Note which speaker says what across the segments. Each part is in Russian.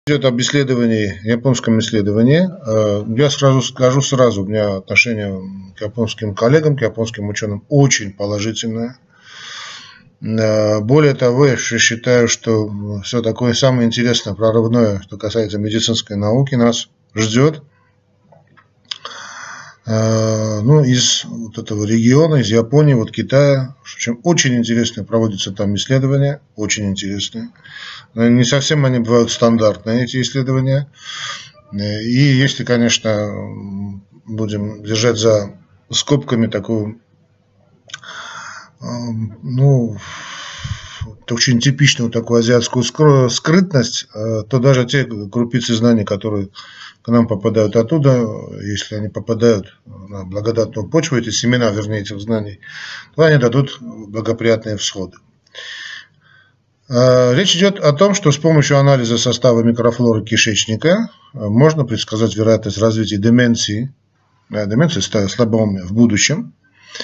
Speaker 1: Идет об исследовании, японском исследовании. Я скажу сразу, у меня отношение к японским коллегам, к японским ученым очень положительное. Более того, я считаю, что все такое самое интересное, прорывное, что касается медицинской науки, нас ждет. Из вот этого региона, из Японии, вот Китая, в общем, очень интересные проводятся там исследования, очень интересные. Не совсем они бывают стандартные, эти исследования. И если, конечно, будем держать за скобками такую, очень типичную такую азиатскую скрытность, то даже те крупицы знаний, которые к нам попадают оттуда, если они попадают на благодатную почву, эти семена, вернее, этих знаний, то они дадут благоприятные всходы. Речь идет о том, что с помощью анализа состава микрофлоры кишечника можно предсказать вероятность развития деменции слабоумия в будущем.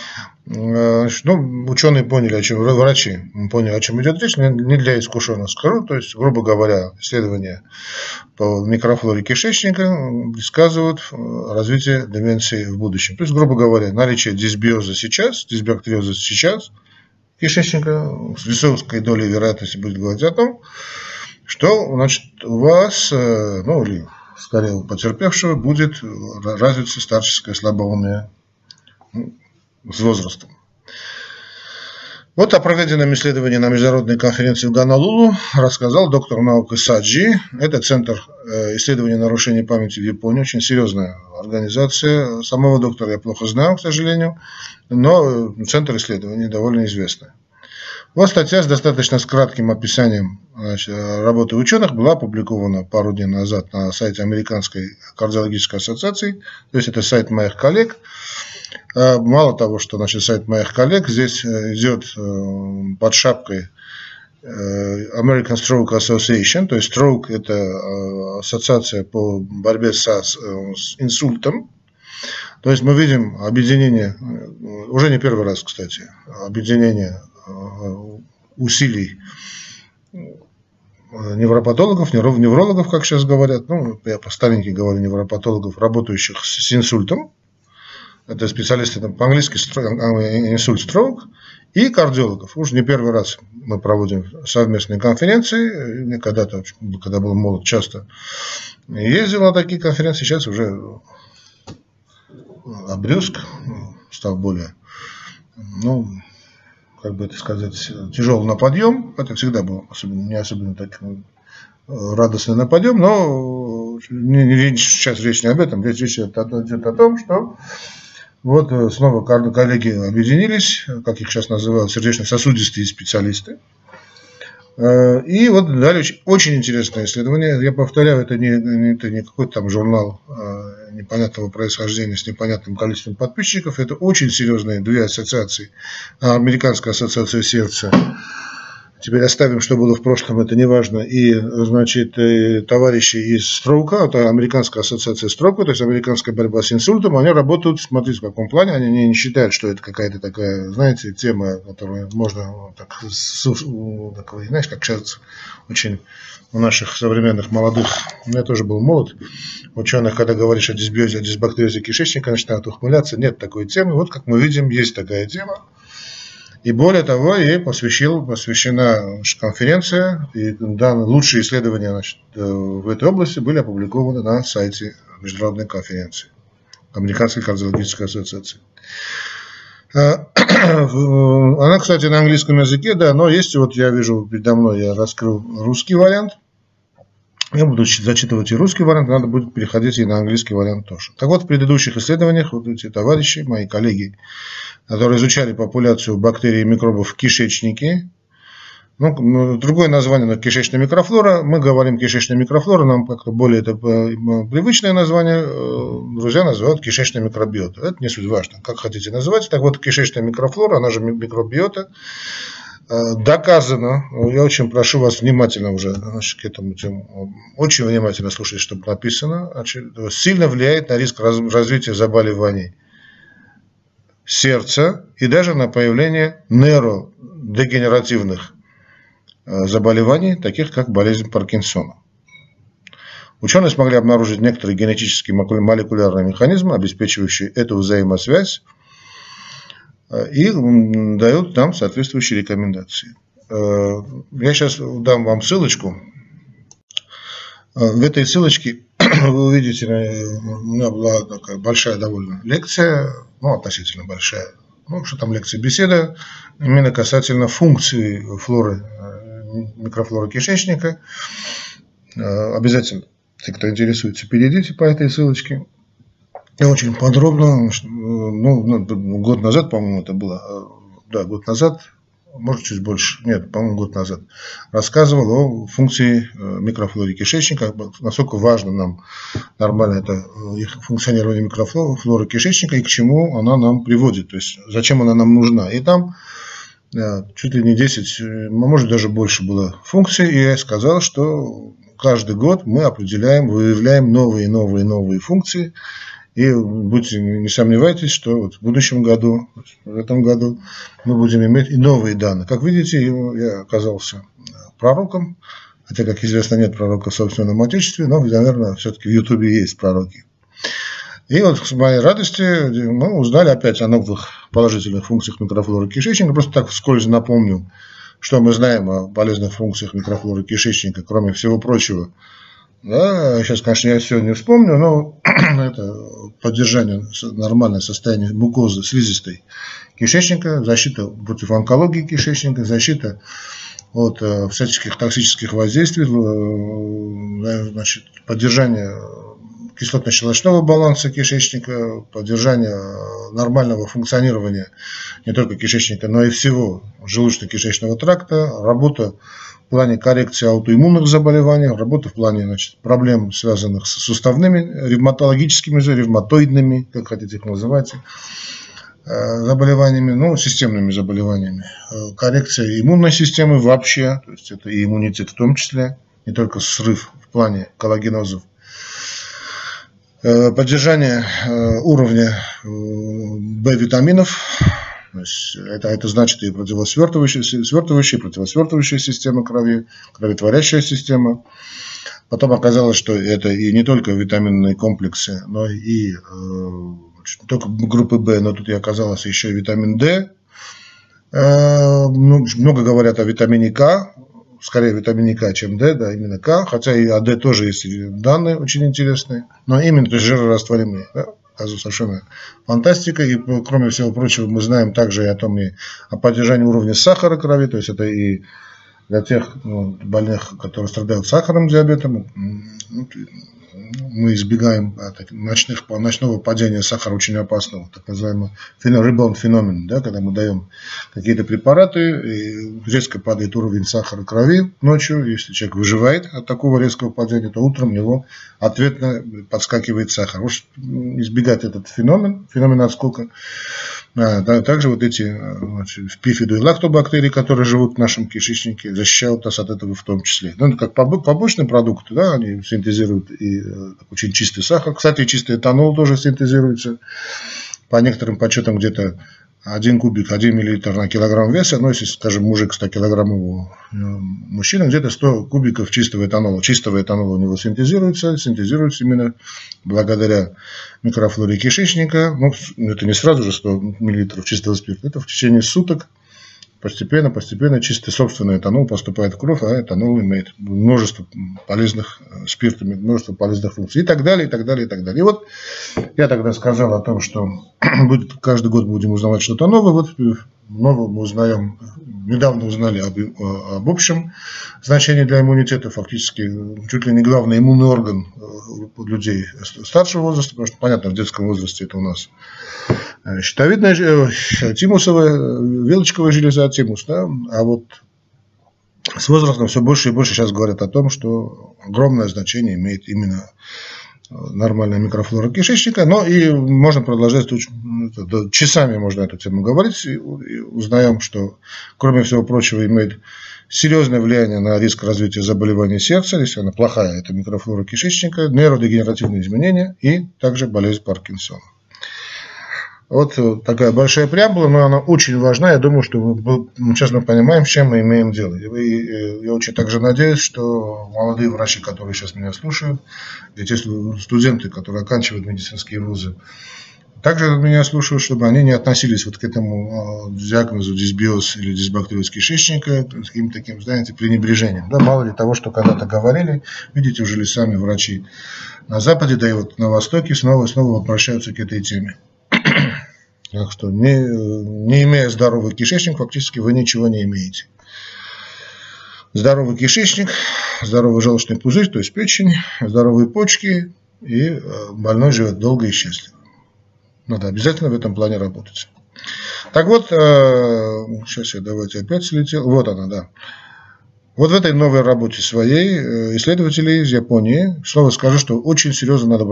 Speaker 1: Ученые поняли, врачи поняли, о чем идет речь, не для искушенных скажу, то есть, грубо говоря, исследования по микрофлоре кишечника предсказывают развитие деменции в будущем. То есть, грубо говоря, наличие дисбактериоза сейчас, кишечника с высокой долей вероятности будет говорить о том, что, значит, у вас, или скорее у потерпевшего, будет развиться старческое слабоумие с возрастом. Вот о проведенном исследовании на международной конференции в Гонолулу рассказал доктор наук Саджи. Это Центр исследования нарушений памяти в Японии, очень серьезная организация. Самого доктора я плохо знаю, к сожалению, но Центр исследований довольно известный. Вот статья с достаточно кратким описанием работы ученых была опубликована пару дней назад на сайте Американской кардиологической ассоциации, то есть это сайт моих коллег. Мало того, что сайт моих коллег, здесь идет под шапкой American Stroke Association, то есть Stroke – это ассоциация по борьбе с инсультом. То есть мы видим объединение, уже не первый раз, кстати, объединение усилий невропатологов, неврологов, как сейчас говорят, я по-старенький говорю, невропатологов, работающих с инсультом. Это специалисты по-английски инсульт, stroke, и кардиологов. Уже не первый раз мы проводим совместные конференции. Когда-то, когда был молод, часто ездил на такие конференции. Сейчас уже обрюзг, стал более, тяжелый на подъем. Это всегда был не особенно так радостный на подъем, но сейчас речь не об этом. Речь идет о том, что вот снова коллеги объединились, как их сейчас называют, сердечно-сосудистые специалисты. И вот дали очень интересное исследование. Я повторяю, это не какой-то там журнал непонятного происхождения с непонятным количеством подписчиков. Это очень серьезные две ассоциации. Американская ассоциация сердца. Теперь оставим, что было в прошлом, это не важно. И, значит, товарищи из Строука, это Американская ассоциация Строука, то есть американская борьба с инсультом, они работают, смотрите, в каком плане, они не считают, что это какая-то такая, знаете, тема, которую можно, знаешь, как сейчас очень у наших современных молодых, я тоже был молод, ученых, когда говоришь о дисбиозе, о дисбактериозе кишечника, начинают ухмыляться, нет такой темы. Вот, как мы видим, есть такая тема. И более того, ей посвящена конференция, и лучшие исследования в этой области были опубликованы на сайте международной конференции Американской кардиологической ассоциации. Она, кстати, на английском языке, да, но есть, вот я вижу передо мной, я раскрыл русский вариант. Я буду зачитывать и русский вариант, надо будет переходить и на английский вариант тоже. Так вот, в предыдущих исследованиях вот эти товарищи, мои коллеги, которые изучали популяцию бактерий и микробов в кишечнике, другое название, кишечная микрофлора, мы говорим кишечная микрофлора, нам как-то более это привычное название, друзья называют кишечная микробиота. Это не суть важно, как хотите называть. Так вот, кишечная микрофлора, она же микробиота, доказано, я очень прошу вас внимательно уже к этому очень внимательно слушать, что написано, сильно влияет на риск развития заболеваний сердца и даже на появление нейродегенеративных заболеваний, таких как болезнь Паркинсона. Ученые смогли обнаружить некоторые генетические молекулярные механизмы, обеспечивающие эту взаимосвязь, и дают нам соответствующие рекомендации. Я сейчас дам вам ссылочку. В этой ссылочке вы увидите, у меня была такая большая довольно лекция, относительно большая, что там лекция, беседа, именно касательно функции флоры, микрофлоры кишечника. Обязательно, те, кто интересуется, перейдите по этой ссылочке. Я очень подробно, год назад, по-моему, это было, год назад, может чуть больше, нет, по-моему, год назад, рассказывал о функции микрофлоры кишечника, насколько важно нам нормально это функционирование микрофлоры кишечника и к чему она нам приводит, то есть зачем она нам нужна. И там чуть ли не 10, может даже больше было функций, и я сказал, что каждый год мы определяем, выявляем новые функции. И будьте, не сомневайтесь, что в будущем году, в этом году мы будем иметь и новые данные. Как видите, я оказался пророком, хотя, как известно, нет пророка в собственном отечестве, но, наверное, все-таки в Ютубе есть пророки. И вот с моей радости мы узнали опять о новых положительных функциях микрофлоры кишечника. Просто так вскользь напомню, что мы знаем о полезных функциях микрофлоры кишечника, кроме всего прочего. Да, сейчас, конечно, я все не вспомню, но это поддержание нормального состояния мукозы слизистой кишечника, защита против онкологии кишечника, защита от всяческих токсических воздействий, значит, поддержание кислотно-щелочного баланса кишечника, поддержание нормального функционирования не только кишечника, но и всего желудочно-кишечного тракта, работа в плане коррекции аутоиммунных заболеваний, работа в плане проблем, связанных с суставными, ревматологическими, ревматоидными, как хотите их называть, заболеваниями, системными заболеваниями. Коррекция иммунной системы вообще, то есть это и иммунитет в том числе, не только срыв в плане коллагенозов. Поддержание уровня В-витаминов. Это значит и свертывающая, противосвертывающая система крови, кроветворящая система. Потом оказалось, что это и не только витаминные комплексы, но и не только группы В, но тут и оказалось еще и витамин D. Много говорят о витамине К, скорее витамине К, чем D, да, именно К, хотя и о D тоже есть данные очень интересные, но именно, то есть жирорастворимые, да. Совершенно фантастика. И, кроме всего прочего, мы знаем также и о поддержании уровня сахара крови. То есть это и для тех больных, которые страдают сахарным диабетом. Мы избегаем ночного падения сахара очень опасного, так называемый ребаунд феномен, да, когда мы даем какие-то препараты, и резко падает уровень сахара крови ночью. Если человек выживает от такого резкого падения, то утром у него ответно подскакивает сахар. Уж избегать этот феномен отскока. Также вот эти пифиду и лактобактерии, которые живут в нашем кишечнике, защищают нас от этого в том числе. Как побочный продукт, да, они синтезируют и очень чистый сахар. Кстати, чистый этанол тоже синтезируется. По некоторым подсчетам где-то 1 кубик, 1 миллилитр на килограмм веса. Но если, скажем, мужик 100-килограммового мужчина, где-то 100 кубиков чистого этанола. Чистого этанола у него синтезируется именно благодаря микрофлоре кишечника. Это не сразу же 100 миллилитров чистого спирта. Это в течение суток постепенно чистый собственный этанол поступает в кровь, а этанол имеет множество полезных спиртов, множество полезных функций и так далее, и так далее, и так далее. И вот я тогда сказал о том, что каждый год будем узнавать что-то новое. Вот новое мы узнаем, недавно узнали об общем значении для иммунитета, фактически чуть ли не главный иммунный орган людей старшего возраста, потому что, понятно, в детском возрасте это у нас щитовидная, тимусовая, вилочковая железа, тимус, да? А вот с возрастом все больше и больше сейчас говорят о том, что огромное значение имеет именно нормальная микрофлора кишечника, но и можно продолжать, часами можно эту тему говорить, и узнаем, что, кроме всего прочего, имеет серьезное влияние на риск развития заболеваний сердца, если она плохая, это микрофлора кишечника, нейродегенеративные изменения и также болезнь Паркинсона. Вот такая большая преамбула, но она очень важна. Я думаю, что сейчас мы понимаем, с чем мы имеем дело. И я очень также надеюсь, что молодые врачи, которые сейчас меня слушают, и те студенты, которые оканчивают медицинские вузы, также меня слушают, чтобы они не относились вот к этому диагнозу дисбиоз или дисбактериоз кишечника с каким-то таким, знаете, пренебрежением. Да, мало ли того, что когда-то говорили, видите, уже ли сами врачи на Западе, да и вот на Востоке снова и снова обращаются к этой теме. Так что, не имея здоровый кишечник, фактически вы ничего не имеете. Здоровый кишечник, здоровый желчный пузырь, то есть печень, здоровые почки, и больной живет долго и счастливо. Надо обязательно в этом плане работать. Так вот, сейчас давайте опять слетел. Вот она, да. Вот в этой новой работе своей исследователи из Японии, снова скажу, что очень серьезно надо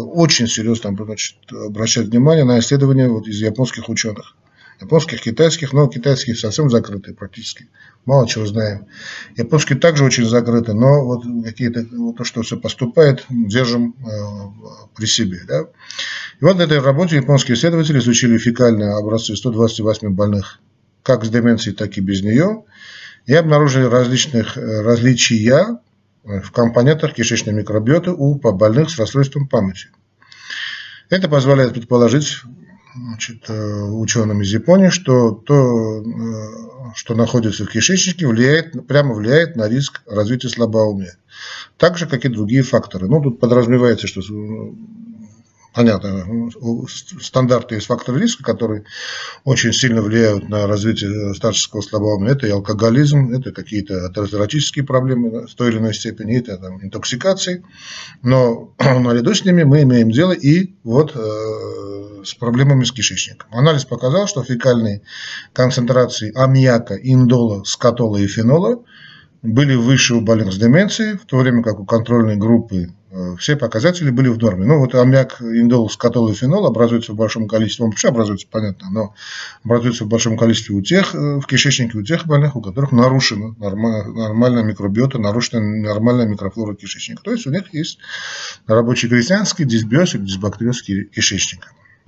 Speaker 1: обращать внимание на исследования вот из японских ученых. Японских, китайских, но китайские совсем закрытые практически. Мало чего знаем. Японские также очень закрыты, но вот какие-то, вот то, что все поступает, держим при себе. Да? И вот в этой работе японские исследователи изучили фекальные образцы 128 больных как с деменцией, так и без нее, и обнаружили различия в компонентах кишечной микробиоты у больных с расстройством памяти. Это позволяет предположить, значит, ученым из Японии, что то, что находится в кишечнике, прямо влияет на риск развития слабоумия. Так же, как и другие факторы. Ну, тут подразумевается, что понятно, стандарты из факторов риска, которые очень сильно влияют на развитие старческого слабоумия. Это и алкоголизм, это какие-то атеросклеротические проблемы в той или иной степени, это там, интоксикации. Но наряду с ними мы имеем дело и вот с проблемами с кишечником. Анализ показал, что фекальные концентрации аммиака, индола, скатола и фенола были выше у больных с деменцией, в то время как у контрольной группы все показатели были в норме. Ну, вот аммиак, индол, скатол и фенол образуются в большом количестве. Он вообще образуется, понятно, но образуются в большом количестве в кишечнике у тех больных, у которых нарушена нормальная микробиота, нарушена нормальная микрофлора кишечника. То есть у них есть рабочий крестьянский дисбиоз или дисбактериоз кишечника.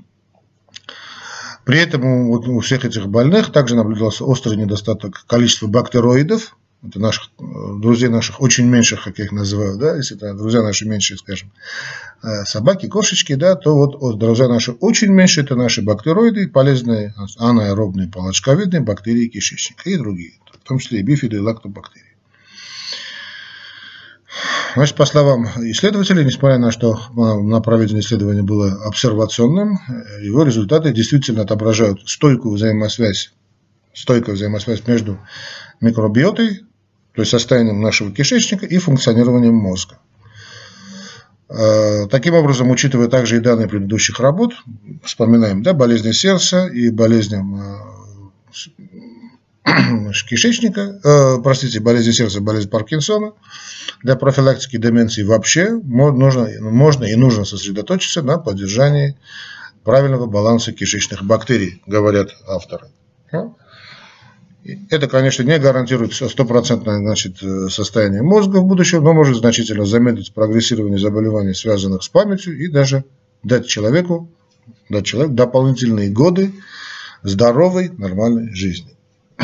Speaker 1: При этом вот у всех этих больных также наблюдался острый недостаток количества бактероидов. Это наших друзей наших очень меньших, как я их называю, да, если это друзья наши меньшие, скажем, собаки, кошечки, да, то вот друзья наши очень меньшие, это наши бактероиды, полезные анаэробные палочковидные бактерии кишечника и другие, в том числе и бифиды и лактобактерии. Значит, по словам исследователей, несмотря на то, что проведенное исследование было обсервационным, его результаты действительно отображают стойкую взаимосвязь между микробиотой, то есть состоянием нашего кишечника и функционированием мозга. Таким образом, учитывая также и данные предыдущих работ, вспоминаем, да, болезни сердца и болезни кишечника, болезни сердца, болезнь Паркинсона, для профилактики деменции вообще можно и нужно сосредоточиться на поддержании правильного баланса кишечных бактерий, говорят авторы. Это, конечно, не гарантирует стопроцентное, значит, состояние мозга в будущем, но может значительно замедлить прогрессирование заболеваний, связанных с памятью, и даже дать человеку дополнительные годы здоровой, нормальной жизни.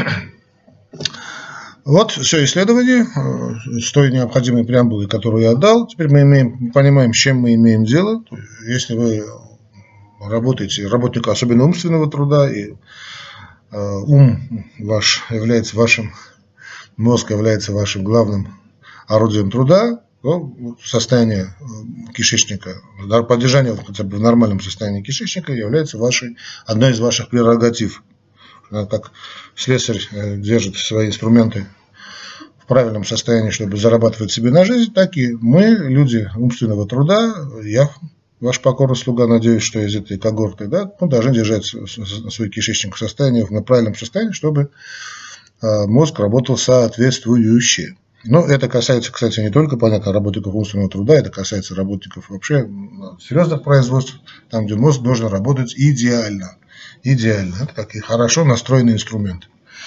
Speaker 1: Вот все исследование с той необходимой преамбулой, которую я дал. Теперь мы понимаем, с чем мы имеем дело. Если вы работаете, работник особенно умственного труда, и ум ваш является вашим, мозг является вашим главным орудием труда, то состояние кишечника, поддержание хотя бы в нормальном состоянии кишечника является одной из ваших прерогатив. Как слесарь держит свои инструменты в правильном состоянии, чтобы зарабатывать себе на жизнь, так и мы, люди умственного труда, я, ваш покорный слуга, надеюсь, что из этой когорты, да, мы должны держать свой кишечник в состоянии, на правильном состоянии, чтобы мозг работал соответствующе. Но это касается, кстати, не только, понятно, работников умственного труда, это касается работников вообще серьезных производств, там, где мозг должен работать идеально. Идеально. Это как и хорошо настроенный инструмент.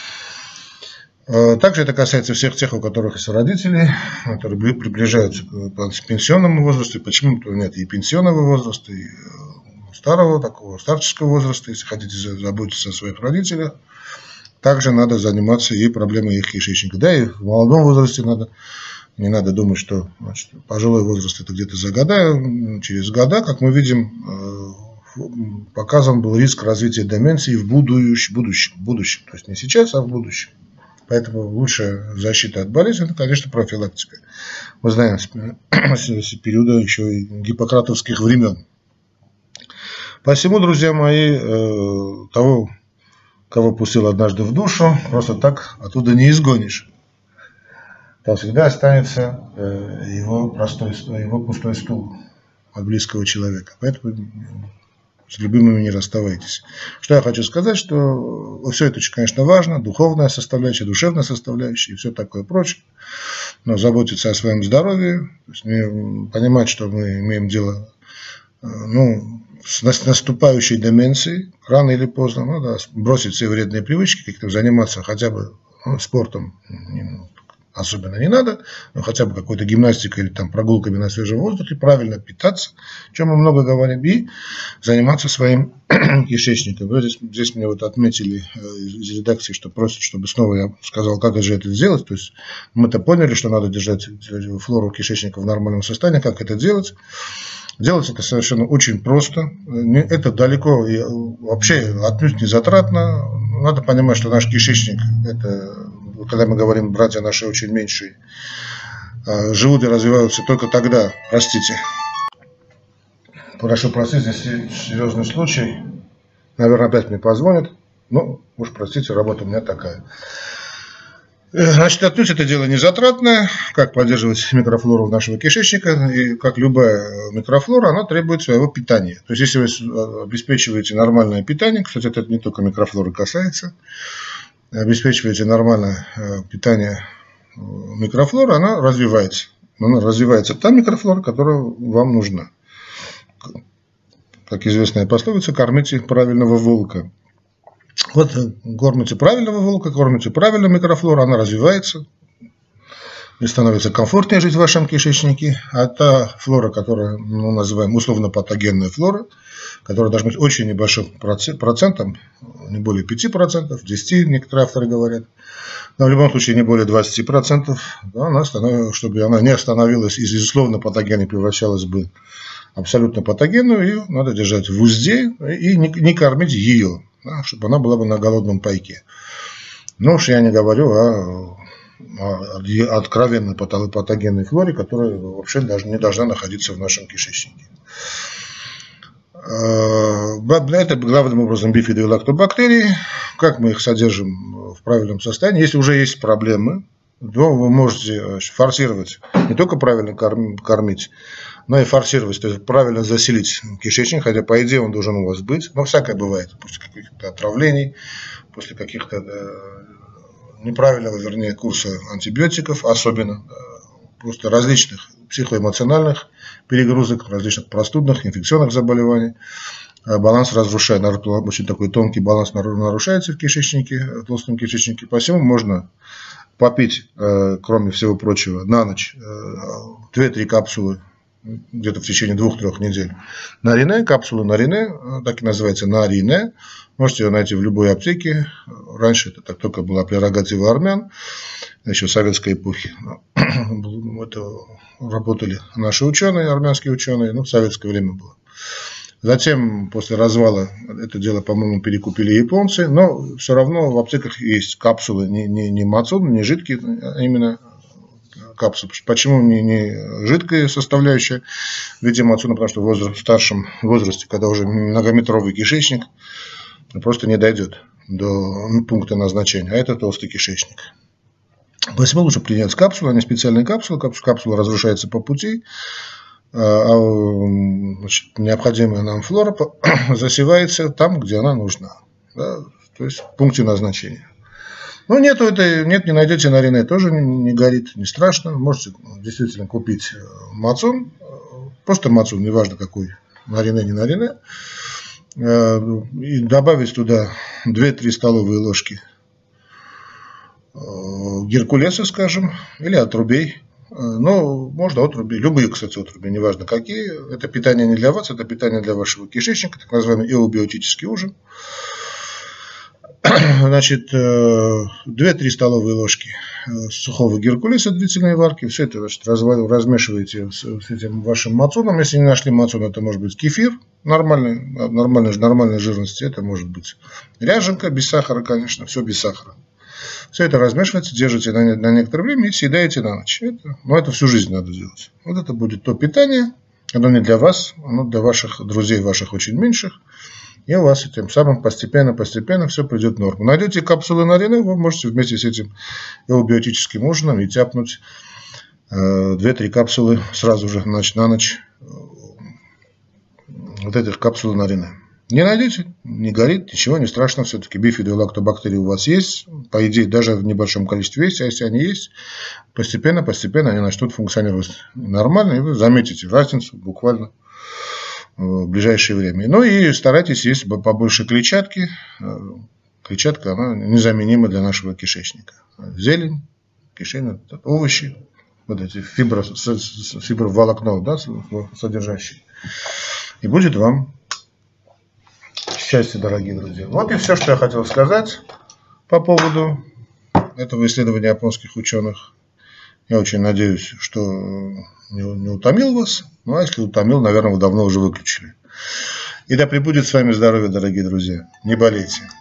Speaker 1: Также это касается всех тех, у которых есть родители, которые приближаются к пенсионному возрасту. Почему-то нет и пенсионного возраста, и старого, такого старческого возраста, если хотите заботиться о своих родителях, также надо заниматься и проблемой их кишечника. Да, и в молодом возрасте надо, не надо думать, что пожилой возраст это где-то за года, через года, как мы видим, показан был риск развития деменции в будущем, то есть не сейчас, а в будущем. Поэтому лучшая защита от болезни, это, конечно, профилактика. Мы знаем с периода еще и гиппократовских времен. Посему, друзья мои, того, кого пустил однажды в душу, просто так оттуда не изгонишь. Там всегда останется его пустой стул от близкого человека. Поэтому с любимыми не расставайтесь. Что я хочу сказать, что все это, конечно, важно, духовная составляющая, душевная составляющая и все такое прочее. Но заботиться о своем здоровье, то есть понимать, что мы имеем дело с наступающей деменцией, рано или поздно надо бросить все вредные привычки, как-то заниматься хотя бы спортом. Особенно не надо, но хотя бы какой-то гимнастикой или там прогулками на свежем воздухе, правильно питаться, о чем мы много говорим, и заниматься своим кишечником. Здесь мне вот отметили из редакции, что просят, чтобы снова я сказал, как же это сделать. То есть мы-то поняли, что надо держать флору кишечника в нормальном состоянии, как это делать. Делать это совершенно очень просто. Это далеко и вообще отнюдь не затратно. Надо понимать, что наш кишечник, это, когда мы говорим, братья наши очень меньшие, живут и развиваются только тогда, простите. Прошу простить, здесь серьезный случай. Наверное, опять мне позвонят. Ну, уж простите, работа у меня такая. Значит, отнюдь это дело не затратное, как поддерживать микрофлору нашего кишечника, и как любая микрофлора, она требует своего питания. То есть, если вы обеспечиваете нормальное питание, кстати, это не только микрофлоры касается, обеспечиваете нормальное питание микрофлоры, она развивается. Она развивается та микрофлора, которая вам нужна. Как известная пословица, кормите правильного волка. Вот кормите правильного волка, кормите правильно микрофлору, она развивается, и становится комфортнее жить в вашем кишечнике. А та флора, которую мы называем условно-патогенная флора, которая должна быть очень небольшим процентом, не более 5%, 10% некоторые авторы говорят, но в любом случае не более 20%, чтобы она не становилась из условно-патогенной, превращалась бы абсолютно патогенную, ее надо держать в узде и не кормить ее, чтобы она была бы на голодном пайке. Но уж я не говорю о откровенно патогенной флоре, которая вообще даже не должна находиться в нашем кишечнике. Это главным образом бифиды и лактобактерии. Как мы их содержим в правильном состоянии? Если уже есть проблемы, то вы можете форсировать, не только правильно кормить, но и форсировать, то есть правильно заселить кишечник, хотя по идее он должен у вас быть, но всякое бывает после каких-то отравлений, после каких-то неправильного, вернее, курса антибиотиков, особенно просто различных психоэмоциональных перегрузок, различных простудных, инфекционных заболеваний. Баланс разрушает, очень такой тонкий баланс нарушается в кишечнике, в толстом кишечнике, посему можно попить, кроме всего прочего, на ночь 2-3 капсулы, где-то в течение 2-3 недель, нарине, капсулу нарине, так и называется нарине. Можете ее найти в любой аптеке. Раньше это так только была прерогатива армян, еще в советской эпохе. Это работали наши ученые, армянские ученые, в советское время было. Затем, после развала, это дело, по-моему, перекупили японцы, но все равно в аптеках есть капсулы, не мацун, не жидкие, а именно капсулы. Почему не жидкая составляющая в виде мацуна? Потому что в старшем возрасте, когда уже многометровый кишечник, просто не дойдет до пункта назначения, а это толстый кишечник. Посему лучше принять капсулу, а не специальные капсулы. Капсула разрушается по пути, значит, необходимая нам флора засевается там, где она нужна, да, то есть в пункте назначения. Ну, не найдете нарине, тоже не горит, не страшно. Можете действительно купить мацун, просто мацун, неважно какой, нарине, не нарине, и добавить туда 2-3 столовые ложки геркулеса, скажем, или отрубей. но можно отруби, любые, кстати, отруби, неважно какие. Это питание не для вас, это питание для вашего кишечника, так называемый эубиотический ужин. Значит, 2-3 столовые ложки сухого геркулеса длительной варки. Все это, значит, размешиваете с этим вашим мацуном. Если не нашли мацун, это может быть кефир нормальной жирности. Это может быть ряженка без сахара, конечно, все без сахара. Все это размешивается, держите на некоторое время и съедаете на ночь. Но это всю жизнь надо делать. Вот это будет то питание. Оно не для вас, оно для ваших друзей, ваших очень меньших. И у вас тем самым постепенно все придет в норму. Найдете капсулы Нарине, вы можете вместе с этим эубиотическим ужином и тяпнуть 2-3 капсулы сразу же на ночь вот этих капсул Нарине. Не найдете, не горит, ничего не страшно, все-таки бифидолактобактерии у вас есть, по идее даже в небольшом количестве есть, а если они есть, постепенно они начнут функционировать нормально, и вы заметите разницу буквально в ближайшее время. Ну и старайтесь есть побольше клетчатки. Клетчатка, она незаменима для нашего кишечника. Зелень, кишечник, овощи, вот эти фиброволокно, да, содержащие. И будет вам счастье, дорогие друзья. Вот и все, что я хотел сказать по поводу этого исследования японских ученых. Я очень надеюсь, что не утомил вас. Ну, а если утомил, наверное, вы давно уже выключили. И да пребудет с вами здоровье, дорогие друзья. Не болейте.